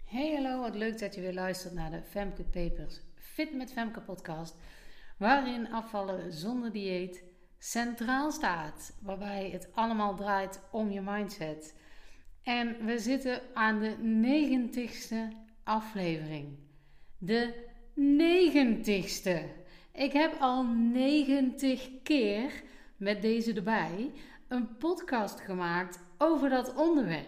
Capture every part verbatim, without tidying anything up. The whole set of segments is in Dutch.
Hey hallo, wat leuk dat je weer luistert naar de Femke Papers Fit met Femke podcast, waarin afvallen zonder dieet centraal staat, waarbij het allemaal draait om je mindset. En we zitten aan de negentigste aflevering. De negentigste. Ik heb al negentig keer met deze erbij een podcast gemaakt over dat onderwerp.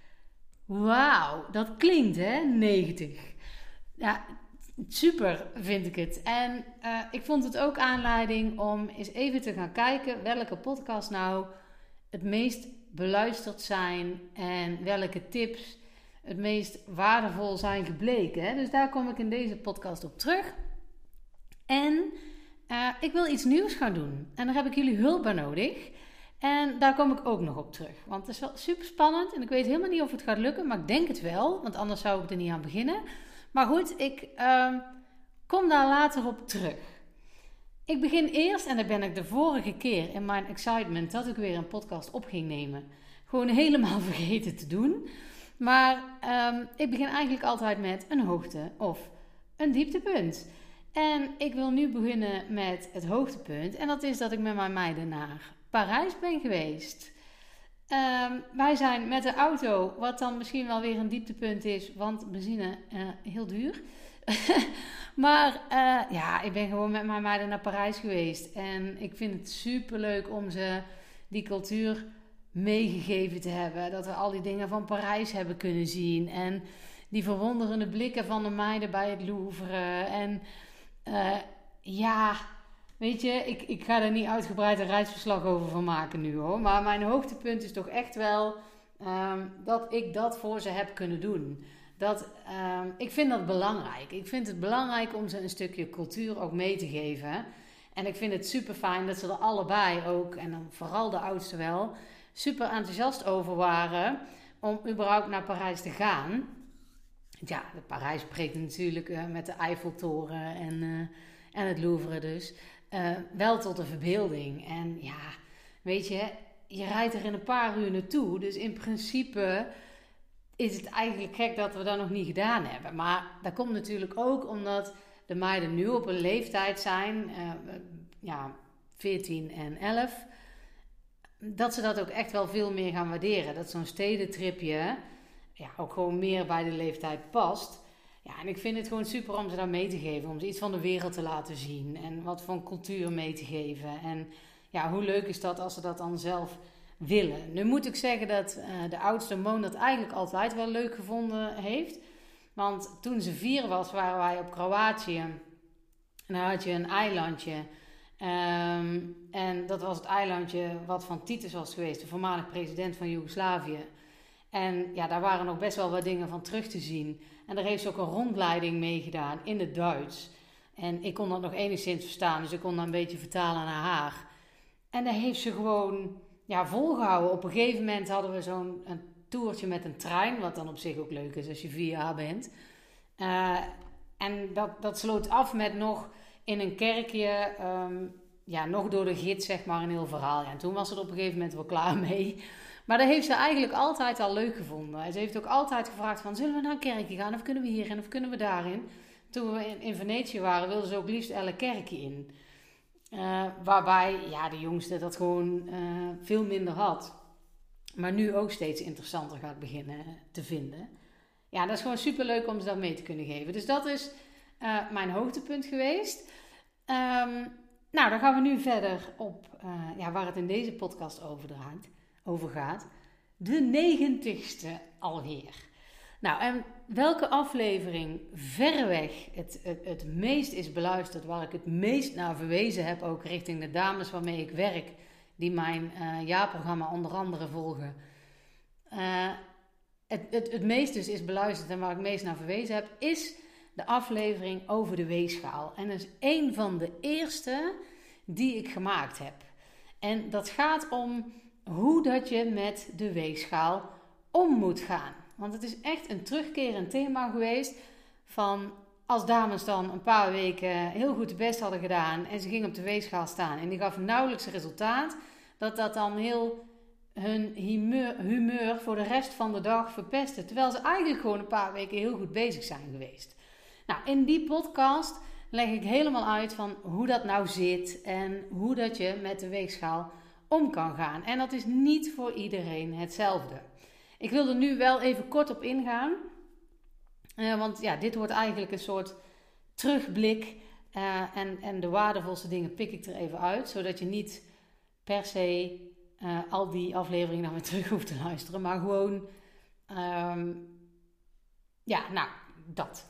Wauw, dat klinkt hè, negentig. Ja, super vind ik het. En uh, ik vond het ook aanleiding om eens even te gaan kijken welke podcasts nou het meest beluisterd zijn en welke tips het meest waardevol zijn gebleken. Hè? Dus daar kom ik in deze podcast op terug. En uh, ik wil iets nieuws gaan doen. En daar heb ik jullie hulp bij nodig. En daar kom ik ook nog op terug. Want het is wel super spannend. En ik weet helemaal niet of het gaat lukken. Maar ik denk het wel. Want anders zou ik er niet aan beginnen. Maar goed, ik uh, kom daar later op terug. Ik begin eerst, en dat ben ik de vorige keer in mijn excitement dat ik weer een podcast op ging nemen, gewoon helemaal vergeten te doen. Maar um, ik begin eigenlijk altijd met een hoogte of een dieptepunt. En ik wil nu beginnen met het hoogtepunt. En dat is dat ik met mijn meiden naar Parijs ben geweest. Um, wij zijn met de auto, wat dan misschien wel weer een dieptepunt is, want benzine uh, heel duur. maar uh, ja, ik ben gewoon met mijn meiden naar Parijs geweest. En ik vind het super leuk om ze die cultuur meegegeven te hebben. Dat we al die dingen van Parijs hebben kunnen zien. En die verwonderende blikken van de meiden bij het Louvre. En uh, ja... Weet je, ik, ik ga er niet uitgebreid een reisverslag over van maken nu hoor. Maar mijn hoogtepunt is toch echt wel um, dat ik dat voor ze heb kunnen doen. Dat, um, ik vind dat belangrijk. Ik vind het belangrijk om ze een stukje cultuur ook mee te geven. En ik vind het super fijn dat ze er allebei ook, en dan vooral de oudste wel, super enthousiast over waren om überhaupt naar Parijs te gaan. Ja, Parijs spreekt natuurlijk uh, met de Eiffeltoren en, uh, en het Louvre dus. Uh, wel tot de verbeelding. En ja, weet je, je rijdt er in een paar uur naartoe. Dus in principe is het eigenlijk gek dat we dat nog niet gedaan hebben. Maar dat komt natuurlijk ook omdat de meiden nu op een leeftijd zijn, uh, ja, veertien en elf, dat ze dat ook echt wel veel meer gaan waarderen. Dat zo'n stedentripje ja, ook gewoon meer bij de leeftijd past. Ja, en ik vind het gewoon super om ze daar mee te geven. Om ze iets van de wereld te laten zien. En wat van cultuur mee te geven. En ja, hoe leuk is dat als ze dat dan zelf willen. Nu moet ik zeggen dat uh, de oudste Moon dat eigenlijk altijd wel leuk gevonden heeft. Want toen ze vier was, waren wij op Kroatië. En dan had je een eilandje. Um, en dat was het eilandje wat van Titus was geweest. De voormalig president van Joegoslavië. En ja, daar waren nog best wel wat dingen van terug te zien. En daar heeft ze ook een rondleiding mee gedaan in het Duits. En ik kon dat nog enigszins verstaan, dus ik kon dat een beetje vertalen naar haar. En daar heeft ze gewoon ja, volgehouden. Op een gegeven moment hadden we zo'n een toertje met een trein, wat dan op zich ook leuk is als je vier jaar bent. Uh, en dat, dat sloot af met nog in een kerkje, um, ja, nog door de gids zeg maar een heel verhaal. Ja, en toen was ze er op een gegeven moment wel klaar mee. Maar dat heeft ze eigenlijk altijd al leuk gevonden. En ze heeft ook altijd gevraagd van, zullen we naar een kerkje gaan? Of kunnen we hierin? Of kunnen we daarin? Toen we in, in Venetië waren, wilden ze ook liefst elk kerkje in. Uh, waarbij ja, de jongste dat gewoon uh, veel minder had. Maar nu ook steeds interessanter gaat beginnen te vinden. Ja, dat is gewoon superleuk om ze dat mee te kunnen geven. Dus dat is uh, mijn hoogtepunt geweest. Um, nou, dan gaan we nu verder op uh, ja, waar het in deze podcast over draait. over gaat. De negentigste alweer. Nou, en welke aflevering verreweg het, het, het meest is beluisterd, waar ik het meest naar verwezen heb, ook richting de dames waarmee ik werk, die mijn uh, jaarprogramma onder andere volgen. Uh, het, het, het meest dus is beluisterd en waar ik het meest naar verwezen heb, is de aflevering over de weegschaal. En dat is een van de eerste die ik gemaakt heb. En dat gaat om hoe dat je met de weegschaal om moet gaan. Want het is echt een terugkerend thema geweest van als dames dan een paar weken heel goed de best hadden gedaan en ze gingen op de weegschaal staan en die gaf nauwelijks een resultaat, dat dat dan heel hun humeur, humeur voor de rest van de dag verpesten. Terwijl ze eigenlijk gewoon een paar weken heel goed bezig zijn geweest. Nou, in die podcast leg ik helemaal uit van hoe dat nou zit en hoe dat je met de weegschaal om kan gaan. En dat is niet voor iedereen hetzelfde. Ik wil er nu wel even kort op ingaan. Uh, want ja, dit wordt eigenlijk een soort terugblik. Uh, en, en de waardevolste dingen pik ik er even uit. Zodat je niet per se uh, al die afleveringen naar weer terug hoeft te luisteren. Maar gewoon, um, ja, nou, dat.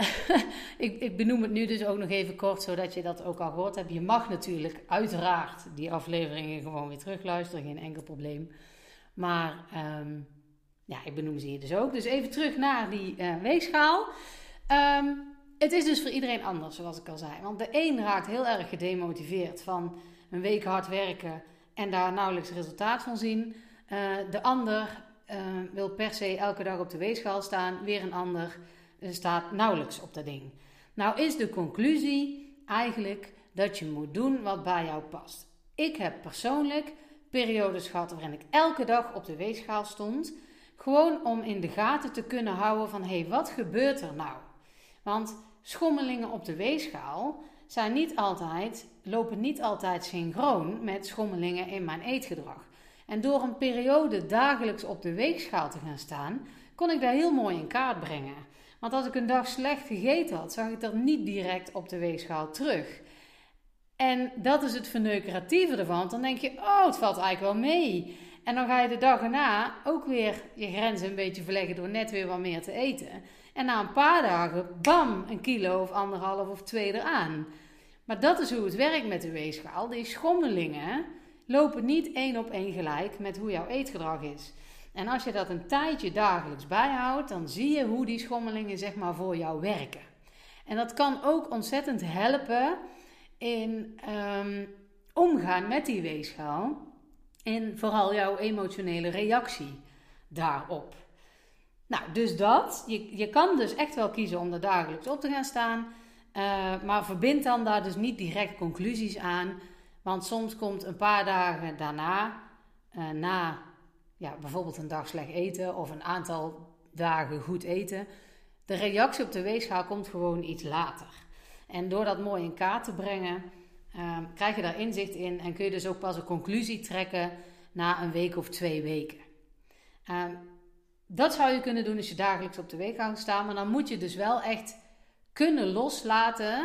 ik, ik benoem het nu dus ook nog even kort, zodat je dat ook al gehoord hebt. Je mag natuurlijk uiteraard die afleveringen gewoon weer terugluisteren. Geen enkel probleem. Maar um, ja, ik benoem ze hier dus ook. Dus even terug naar die uh, weegschaal. Um, het is dus voor iedereen anders, zoals ik al zei. Want de een raakt heel erg gedemotiveerd van een week hard werken en daar nauwelijks resultaat van zien. Uh, de ander uh, wil per se elke dag op de weegschaal staan. Weer een ander uh, staat nauwelijks op dat ding. Nou is de conclusie eigenlijk dat je moet doen wat bij jou past. Ik heb persoonlijk periodes gehad waarin ik elke dag op de weegschaal stond. Gewoon om in de gaten te kunnen houden van, hé, hey, wat gebeurt er nou? Want schommelingen op de weegschaal zijn niet altijd, lopen niet altijd synchroon met schommelingen in mijn eetgedrag. En door een periode dagelijks op de weegschaal te gaan staan, kon ik dat heel mooi in kaart brengen. Want als ik een dag slecht gegeten had, zag ik dat niet direct op de weegschaal terug. En dat is het verneukeratieve ervan. Want dan denk je, oh, het valt eigenlijk wel mee. En dan ga je de dag erna ook weer je grenzen een beetje verleggen door net weer wat meer te eten. En na een paar dagen, bam, een kilo of anderhalf of twee eraan. Maar dat is hoe het werkt met de weegschaal. Die schommelingen lopen niet één op één gelijk met hoe jouw eetgedrag is. En als je dat een tijdje dagelijks bijhoudt, dan zie je hoe die schommelingen zeg maar voor jou werken. En dat kan ook ontzettend helpen in um, omgaan met die weegschaal. En vooral jouw emotionele reactie daarop. Nou, dus dat. Je, je kan dus echt wel kiezen om er dagelijks op te gaan staan. Uh, maar verbind dan daar dus niet direct conclusies aan. Want soms komt een paar dagen daarna, uh, na ja, bijvoorbeeld een dag slecht eten of een aantal dagen goed eten, de reactie op de weegschaal komt gewoon iets later. En door dat mooi in kaart te brengen, uh, krijg je daar inzicht in en kun je dus ook pas een conclusie trekken na een week of twee weken. Uh, dat zou je kunnen doen als je dagelijks op de weegschaal staat, maar dan moet je dus wel echt kunnen loslaten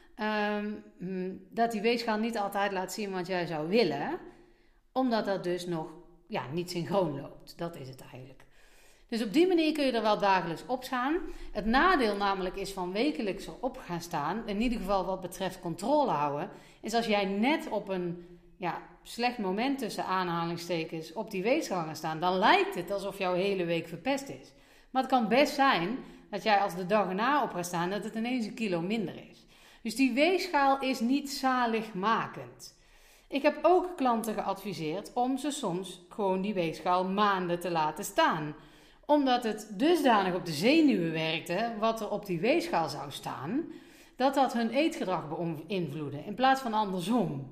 um, dat die weegschaal niet altijd laat zien wat jij zou willen, omdat dat dus nog ja, niet synchroon loopt. Dat is het eigenlijk. Dus op die manier kun je er wel dagelijks op staan. Het nadeel namelijk is van wekelijks erop gaan staan, in ieder geval wat betreft controle houden, is als jij net op een ja, slecht moment tussen aanhalingstekens op die weegschaal gaat staan, dan lijkt het alsof jouw hele week verpest is. Maar het kan best zijn dat jij als de dag erna op gaat staan, dat het ineens een kilo minder is. Dus die weegschaal is niet zaligmakend. Ik heb ook klanten geadviseerd om ze soms gewoon die weegschaal maanden te laten staan. Omdat het dusdanig op de zenuwen werkte, wat er op die weegschaal zou staan, dat dat hun eetgedrag beïnvloedde, in plaats van andersom.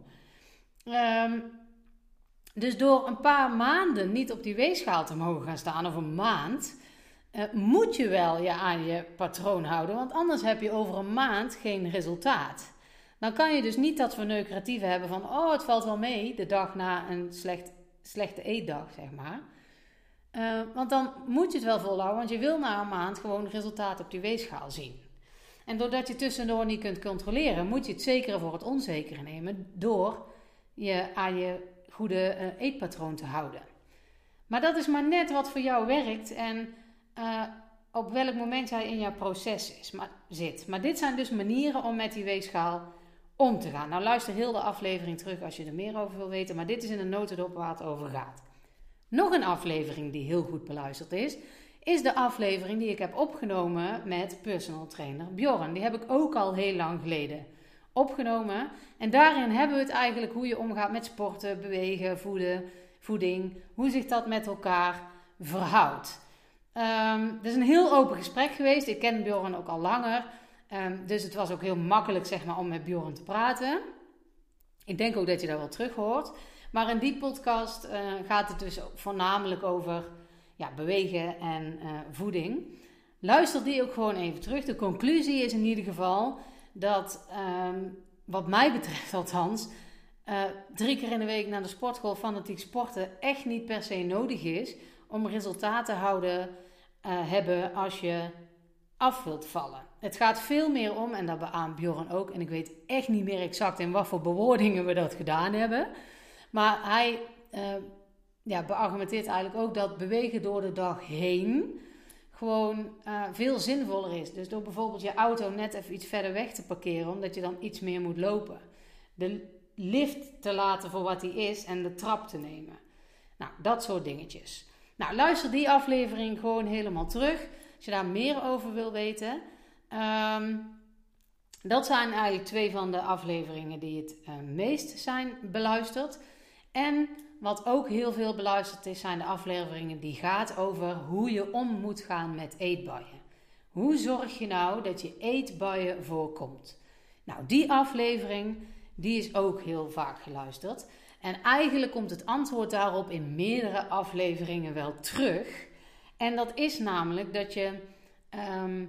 Um, dus door een paar maanden niet op die weegschaal te mogen gaan staan, of een maand, uh, moet je wel je aan je patroon houden, want anders heb je over een maand geen resultaat. Dan kan je dus niet dat verneukeratieve hebben van, oh, het valt wel mee, de dag na een slecht, slechte eetdag, zeg maar. Uh, want dan moet je het wel volhouden, want je wil na een maand gewoon resultaat op die weegschaal zien. En doordat je tussendoor niet kunt controleren, moet je het zekere voor het onzekere nemen door je aan je goede uh, eetpatroon te houden. Maar dat is maar net wat voor jou werkt en uh, op welk moment jij in jouw proces is, maar, zit. Maar dit zijn dus manieren om met die weegschaal om te gaan. Nou, luister heel de aflevering terug als je er meer over wil weten, maar dit is in een notendop waar het over gaat. Nog een aflevering die heel goed beluisterd is, is de aflevering die ik heb opgenomen met personal trainer Bjorn. Die heb ik ook al heel lang geleden opgenomen. En daarin hebben we het eigenlijk hoe je omgaat met sporten, bewegen, voeden, voeding. Hoe zich dat met elkaar verhoudt. Um, het is een heel open gesprek geweest. Ik ken Bjorn ook al langer. Um, dus het was ook heel makkelijk zeg maar, om met Bjorn te praten. Ik denk ook dat je dat wel terug hoort. Maar in die podcast uh, gaat het dus voornamelijk over ja, bewegen en uh, voeding. Luister die ook gewoon even terug. De conclusie is in ieder geval dat, um, wat mij betreft althans, uh, drie keer in de week naar de sportschool fanatiek sporten echt niet per se nodig is om resultaten te houden uh, hebben als je af wilt vallen. Het gaat veel meer om, en dat beaamt Bjorn ook, en ik weet echt niet meer exact in wat voor bewoordingen we dat gedaan hebben, maar hij uh, ja, beargumenteert eigenlijk ook dat bewegen door de dag heen gewoon uh, veel zinvoller is. Dus door bijvoorbeeld je auto net even iets verder weg te parkeren, omdat je dan iets meer moet lopen. De lift te laten voor wat die is en de trap te nemen. Nou, dat soort dingetjes. Nou, luister die aflevering gewoon helemaal terug. Als je daar meer over wil weten. Um, dat zijn eigenlijk twee van de afleveringen die het uh, meest zijn beluisterd. En wat ook heel veel beluisterd is, zijn de afleveringen die gaat over hoe je om moet gaan met eetbuien. Hoe zorg je nou dat je eetbuien voorkomt? Nou, die aflevering, die is ook heel vaak geluisterd. En eigenlijk komt het antwoord daarop in meerdere afleveringen wel terug. En dat is namelijk dat je, um,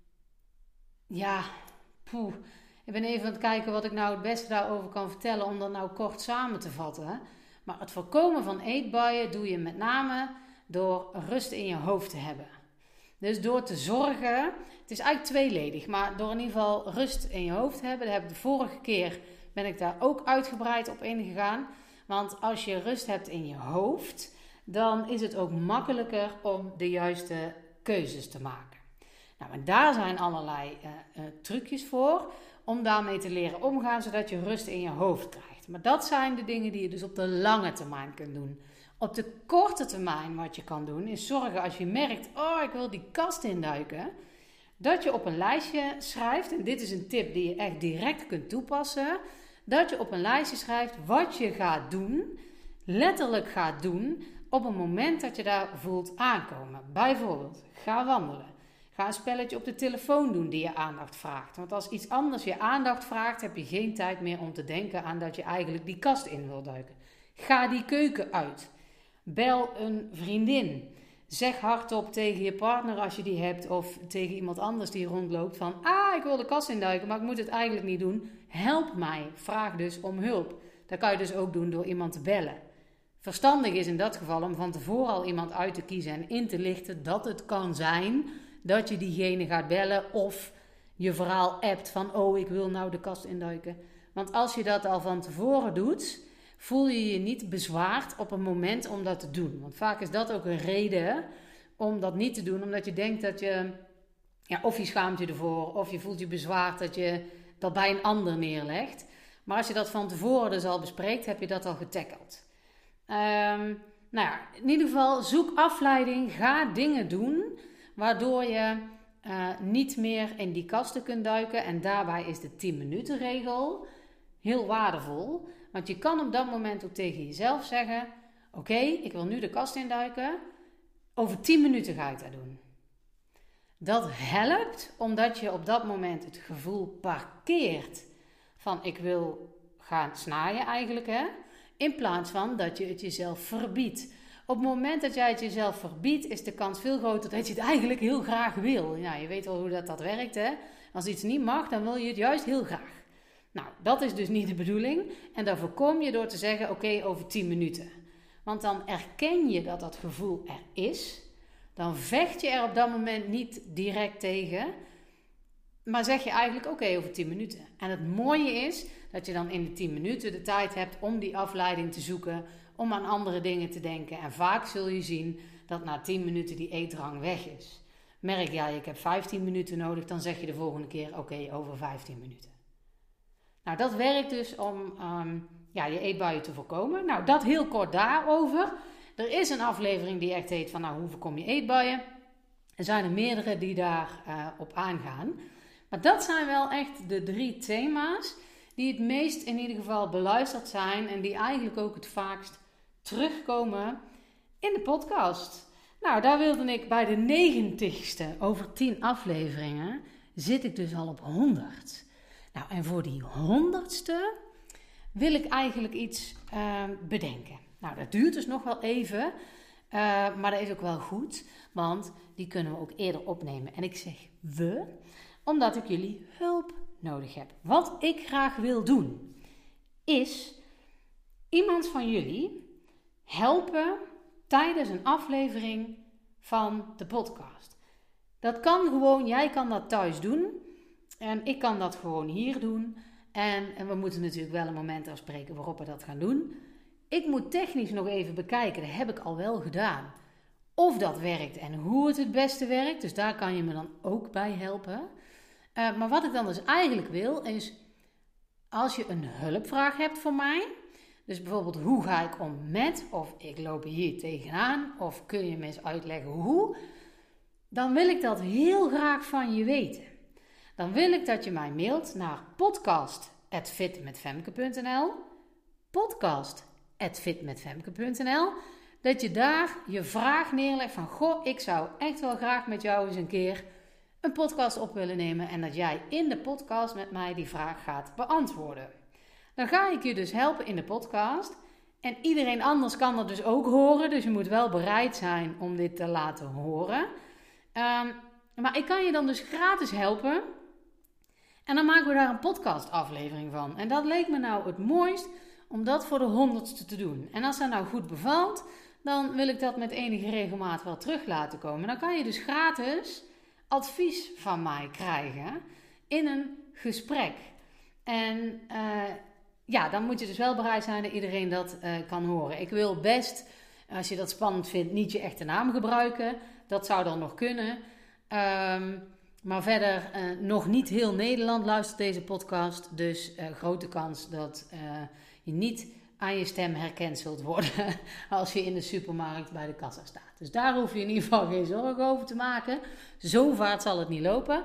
ja, poeh, ik ben even aan het kijken wat ik nou het beste daarover kan vertellen om dat nou kort samen te vatten. Maar het voorkomen van eetbuien doe je met name door rust in je hoofd te hebben. Dus door te zorgen, het is eigenlijk tweeledig, maar door in ieder geval rust in je hoofd te hebben. Daar heb ik de vorige keer, ben ik daar ook uitgebreid op ingegaan. Want als je rust hebt in je hoofd, dan is het ook makkelijker om de juiste keuzes te maken. Nou, en daar zijn allerlei uh, uh, trucjes voor om daarmee te leren omgaan, zodat je rust in je hoofd krijgt. Maar dat zijn de dingen die je dus op de lange termijn kunt doen. Op de korte termijn wat je kan doen, is zorgen als je merkt, oh, ik wil die kast induiken, dat je op een lijstje schrijft, en dit is een tip die je echt direct kunt toepassen, dat je op een lijstje schrijft wat je gaat doen, letterlijk gaat doen, op een moment dat je daar voelt aankomen. Bijvoorbeeld, ga wandelen. Ga een spelletje op de telefoon doen die je aandacht vraagt. Want als iets anders je aandacht vraagt, heb je geen tijd meer om te denken aan dat je eigenlijk die kast in wil duiken. Ga die keuken uit. Bel een vriendin. Zeg hardop tegen je partner als je die hebt of tegen iemand anders die rondloopt van, ah, ik wil de kast induiken, maar ik moet het eigenlijk niet doen. Help mij. Vraag dus om hulp. Dat kan je dus ook doen door iemand te bellen. Verstandig is in dat geval om van tevoren al iemand uit te kiezen en in te lichten dat het kan zijn dat je diegene gaat bellen of je verhaal appt van, oh, ik wil nou de kast induiken. Want als je dat al van tevoren doet, voel je je niet bezwaard op een moment om dat te doen. Want vaak is dat ook een reden om dat niet te doen, omdat je denkt dat je, ja, of je schaamt je ervoor, of je voelt je bezwaard dat je dat bij een ander neerlegt. Maar als je dat van tevoren dus al bespreekt, heb je dat al getackeld. Um, nou ja, in ieder geval, zoek afleiding, ga dingen doen waardoor je uh, niet meer in die kasten kunt duiken. En daarbij is de tien minuten regel heel waardevol. Want je kan op dat moment ook tegen jezelf zeggen, oké, okay, ik wil nu de kast induiken. Over tien minuten ga ik dat doen. Dat helpt omdat je op dat moment het gevoel parkeert van ik wil gaan snaaien eigenlijk, hè? In plaats van dat je het jezelf verbiedt. Op het moment dat jij het jezelf verbiedt, is de kans veel groter dat je het eigenlijk heel graag wil. Nou, je weet wel hoe dat, dat werkt, hè? Als iets niet mag, dan wil je het juist heel graag. Nou, dat is dus niet de bedoeling. En dat voorkom je door te zeggen, oké, okay, over tien minuten. Want dan erken je dat dat gevoel er is. Dan vecht je er op dat moment niet direct tegen. Maar zeg je eigenlijk, oké, okay, over tien minuten. En het mooie is dat je dan in de tien minuten de tijd hebt om die afleiding te zoeken, om aan andere dingen te denken. En vaak zul je zien dat na tien minuten die eetdrang weg is. Merk jij, ik heb vijftien minuten nodig, dan zeg je de volgende keer, oké, okay, over vijftien minuten. Nou, dat werkt dus om um, ja, je eetbuien te voorkomen. Nou, dat heel kort daarover. Er is een aflevering die echt heet van, nou, hoe voorkom je eetbuien? Er zijn er meerdere die daar uh, op aangaan. Maar dat zijn wel echt de drie thema's die het meest in ieder geval beluisterd zijn en die eigenlijk ook het vaakst terugkomen in de podcast. Nou, daar wilde ik bij de negentigste over tien afleveringen zit ik dus al op honderd. Nou, en voor die honderdste wil ik eigenlijk iets uh, bedenken. Nou, dat duurt dus nog wel even, uh, maar dat is ook wel goed, want die kunnen we ook eerder opnemen. En ik zeg we, omdat ik jullie hulp nodig heb. Wat ik graag wil doen, is iemand van jullie helpen tijdens een aflevering van de podcast. Dat kan gewoon, jij kan dat thuis doen en ik kan dat gewoon hier doen. En, en we moeten natuurlijk wel een moment afspreken waarop we dat gaan doen. Ik moet technisch nog even bekijken, dat heb ik al wel gedaan, of dat werkt en hoe het het beste werkt. Dus daar kan je me dan ook bij helpen. Uh, maar wat ik dan dus eigenlijk wil, is als je een hulpvraag hebt voor mij, dus bijvoorbeeld hoe ga ik om met, of ik loop hier tegenaan, of kun je me eens uitleggen hoe, dan wil ik dat heel graag van je weten. Dan wil ik dat je mij mailt naar podcast at fitmetfemke punt n l, podcast at fitmetfemke punt n l, dat je daar je vraag neerlegt van, goh, ik zou echt wel graag met jou eens een keer een podcast op willen nemen en dat jij in de podcast met mij die vraag gaat beantwoorden. Dan ga ik je dus helpen in de podcast en iedereen anders kan dat dus ook horen, dus je moet wel bereid zijn om dit te laten horen. Um, maar ik kan je dan dus gratis helpen en dan maken we daar een podcastaflevering van. En dat leek me nou het mooist om dat voor de honderdste te doen. En als dat nou goed bevalt, dan wil ik dat met enige regelmaat wel terug laten komen. Dan kan je dus gratis advies van mij krijgen in een gesprek. En uh, ja, dan moet je dus wel bereid zijn dat iedereen dat uh, kan horen. Ik wil best, als je dat spannend vindt, niet je echte naam gebruiken. Dat zou dan nog kunnen. Um, maar verder, uh, nog niet heel Nederland luistert deze podcast. Dus uh, grote kans dat uh, je niet aan je stem herkend zult worden als je in de supermarkt bij de kassa staat. Dus daar hoef je in ieder geval geen zorgen over te maken. Zo vaart zal het niet lopen.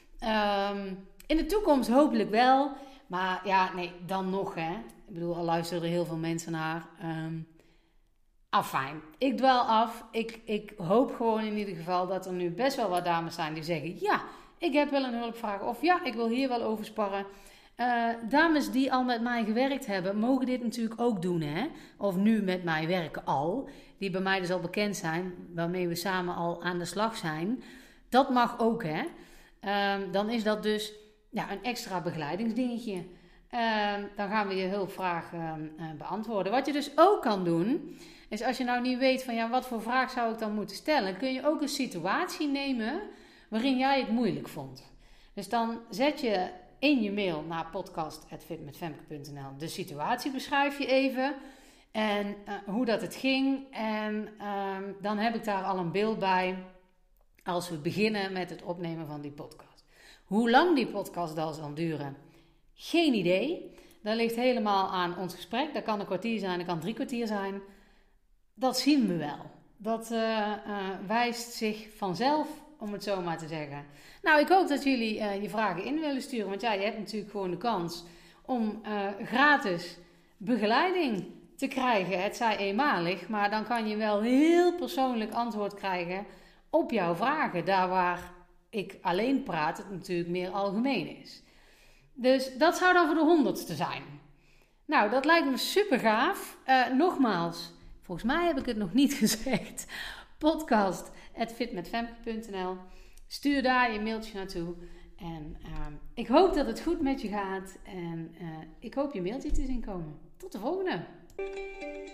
Um, in de toekomst hopelijk wel. Maar ja, nee, dan nog hè. Ik bedoel, al luisteren er heel veel mensen naar. Um, Afijn, ik dwaal af. Ik, ik hoop gewoon in ieder geval dat er nu best wel wat dames zijn die zeggen, ja, ik heb wel een hulpvraag. Of ja, ik wil hier wel over sparren. Uh, dames die al met mij gewerkt hebben, mogen dit natuurlijk ook doen, hè? Of nu met mij werken al. Die bij mij dus al bekend zijn, waarmee we samen al aan de slag zijn. Dat mag ook, hè? Uh, dan is dat dus ja, een extra begeleidingsdingetje. Uh, dan gaan we je hulpvraag uh, uh, beantwoorden. Wat je dus ook kan doen, is als je nou niet weet van ja, wat voor vraag zou ik dan moeten stellen, kun je ook een situatie nemen waarin jij het moeilijk vond. Dus dan zet je in je mail naar podcast at fitmetfemke punt n l de situatie beschrijf je even en uh, hoe dat het ging. En uh, dan heb ik daar al een beeld bij als we beginnen met het opnemen van die podcast. Hoe lang die podcast dan zal duren, geen idee. Dat ligt helemaal aan ons gesprek. Dat kan een kwartier zijn, dat kan drie kwartier zijn. Dat zien we wel. Dat uh, uh, wijst zich vanzelf, om het zo maar te zeggen. Nou, ik hoop dat jullie uh, je vragen in willen sturen. Want ja, je hebt natuurlijk gewoon de kans om uh, gratis begeleiding te krijgen. Het zij eenmalig, maar dan kan je wel heel persoonlijk antwoord krijgen op jouw vragen. Daar waar ik alleen praat, het natuurlijk meer algemeen is. Dus dat zou dan voor de honderdste zijn. Nou, dat lijkt me super gaaf. Uh, nogmaals, volgens mij heb ik het nog niet gezegd. podcast at fitmetfemke punt n l. Stuur daar je mailtje naartoe. En uh, ik hoop dat het goed met je gaat. En uh, ik hoop je mailtje te zien komen. Tot de volgende.